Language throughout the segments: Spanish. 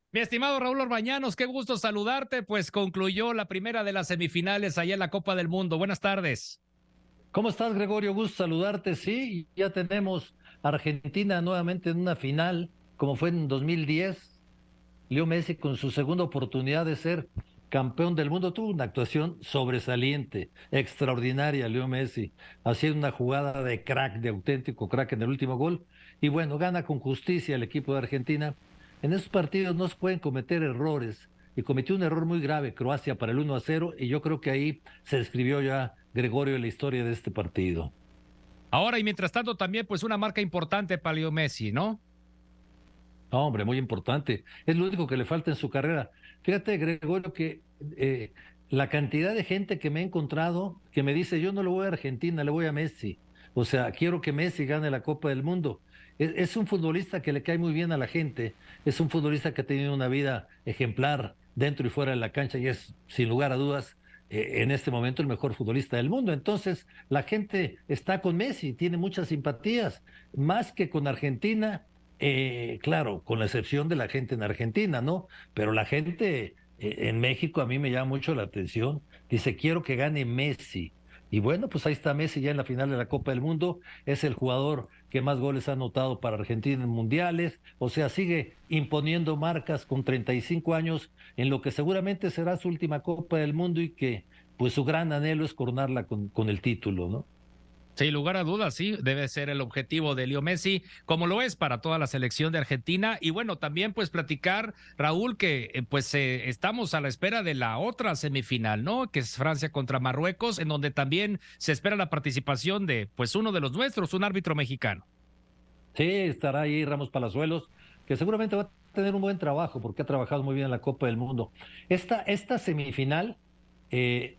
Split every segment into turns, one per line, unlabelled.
Mi estimado Raúl Orbañanos, qué gusto saludarte, pues concluyó la primera de las semifinales allá en la Copa del Mundo. Buenas tardes.
¿Cómo estás, Gregorio? Gusto saludarte. Sí, ya tenemos a Argentina nuevamente en una final, como fue en 2010. Leo Messi, con su segunda oportunidad de ser campeón del mundo, tuvo una actuación sobresaliente, extraordinaria. Leo Messi, haciendo una jugada de crack, de auténtico crack en el último gol. Y bueno, gana con justicia el equipo de Argentina. En esos partidos no se pueden cometer errores. Y cometió un error muy grave Croacia para el 1-0, y yo creo que ahí se escribió ya, Gregorio, la historia de este partido.
Ahora y mientras tanto también pues una marca importante para Leo Messi, ¿no?
No, hombre, muy importante. Es lo único que le falta en su carrera. Fíjate, Gregorio, que la cantidad de gente que me he encontrado que me dice, yo no le voy a Argentina, le voy a Messi. O sea, quiero que Messi gane la Copa del Mundo. Es un futbolista que le cae muy bien a la gente. Es un futbolista que ha tenido una vida ejemplar dentro y fuera de la cancha y es, sin lugar a dudas, en este momento el mejor futbolista del mundo. Entonces, la gente está con Messi, tiene muchas simpatías, más que con Argentina. Claro, con la excepción de la gente en Argentina, ¿no? Pero la gente en México a mí me llama mucho la atención. Dice, quiero que gane Messi. Y bueno, pues ahí está Messi ya en la final de la Copa del Mundo. Es el jugador que más goles ha anotado para Argentina en mundiales. O sea, sigue imponiendo marcas con 35 años en lo que seguramente será su última Copa del Mundo y que pues su gran anhelo es coronarla con el título, ¿no?
Sin lugar a dudas, sí, debe ser el objetivo de Leo Messi, como lo es para toda la selección de Argentina. Y bueno, también pues platicar, Raúl, que estamos a la espera de la otra semifinal, ¿no? Que es Francia contra Marruecos, en donde también se espera la participación de pues uno de los nuestros, un árbitro mexicano.
Sí, estará ahí Ramos Palazuelos, que seguramente va a tener un buen trabajo porque ha trabajado muy bien en la Copa del Mundo. Esta semifinal, eh,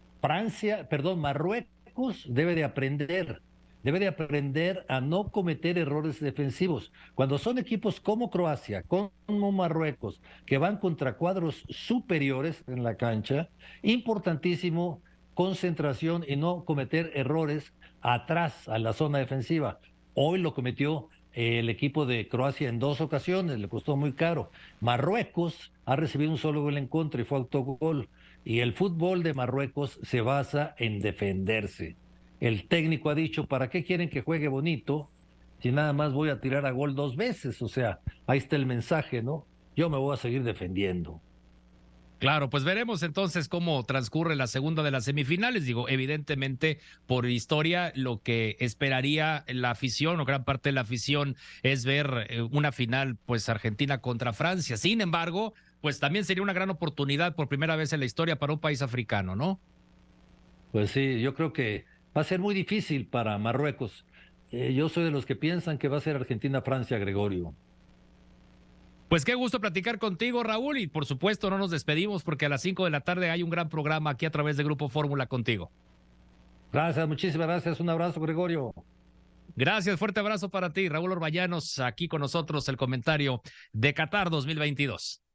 Marruecos debe de aprender a no cometer errores defensivos. Cuando son equipos como Croacia, como Marruecos, que van contra cuadros superiores en la cancha, importantísimo concentración y no cometer errores atrás a la zona defensiva. Hoy lo cometió el equipo de Croacia en dos ocasiones, le costó muy caro. Marruecos ha recibido un solo gol en contra y fue autogol. Y el fútbol de Marruecos se basa en defenderse. El técnico ha dicho, ¿para qué quieren que juegue bonito si nada más voy a tirar a gol dos veces? O sea, ahí está el mensaje, ¿no? Yo me voy a seguir defendiendo.
Claro, pues veremos entonces cómo transcurre la segunda de las semifinales. Digo, evidentemente, por historia, lo que esperaría la afición o gran parte de la afición es ver una final, pues Argentina contra Francia. Sin embargo, pues también sería una gran oportunidad por primera vez en la historia para un país africano, ¿no?
Pues sí, yo creo que va a ser muy difícil para Marruecos. Yo soy de los que piensan que va a ser Argentina-Francia, Gregorio.
Pues qué gusto platicar contigo, Raúl, y por supuesto no nos despedimos porque a las 5 de la tarde hay un gran programa aquí a través de Grupo Fórmula contigo.
Gracias, muchísimas gracias. Un abrazo, Gregorio.
Gracias, fuerte abrazo para ti, Raúl Orbañanos, aquí con nosotros el comentario de Qatar 2022.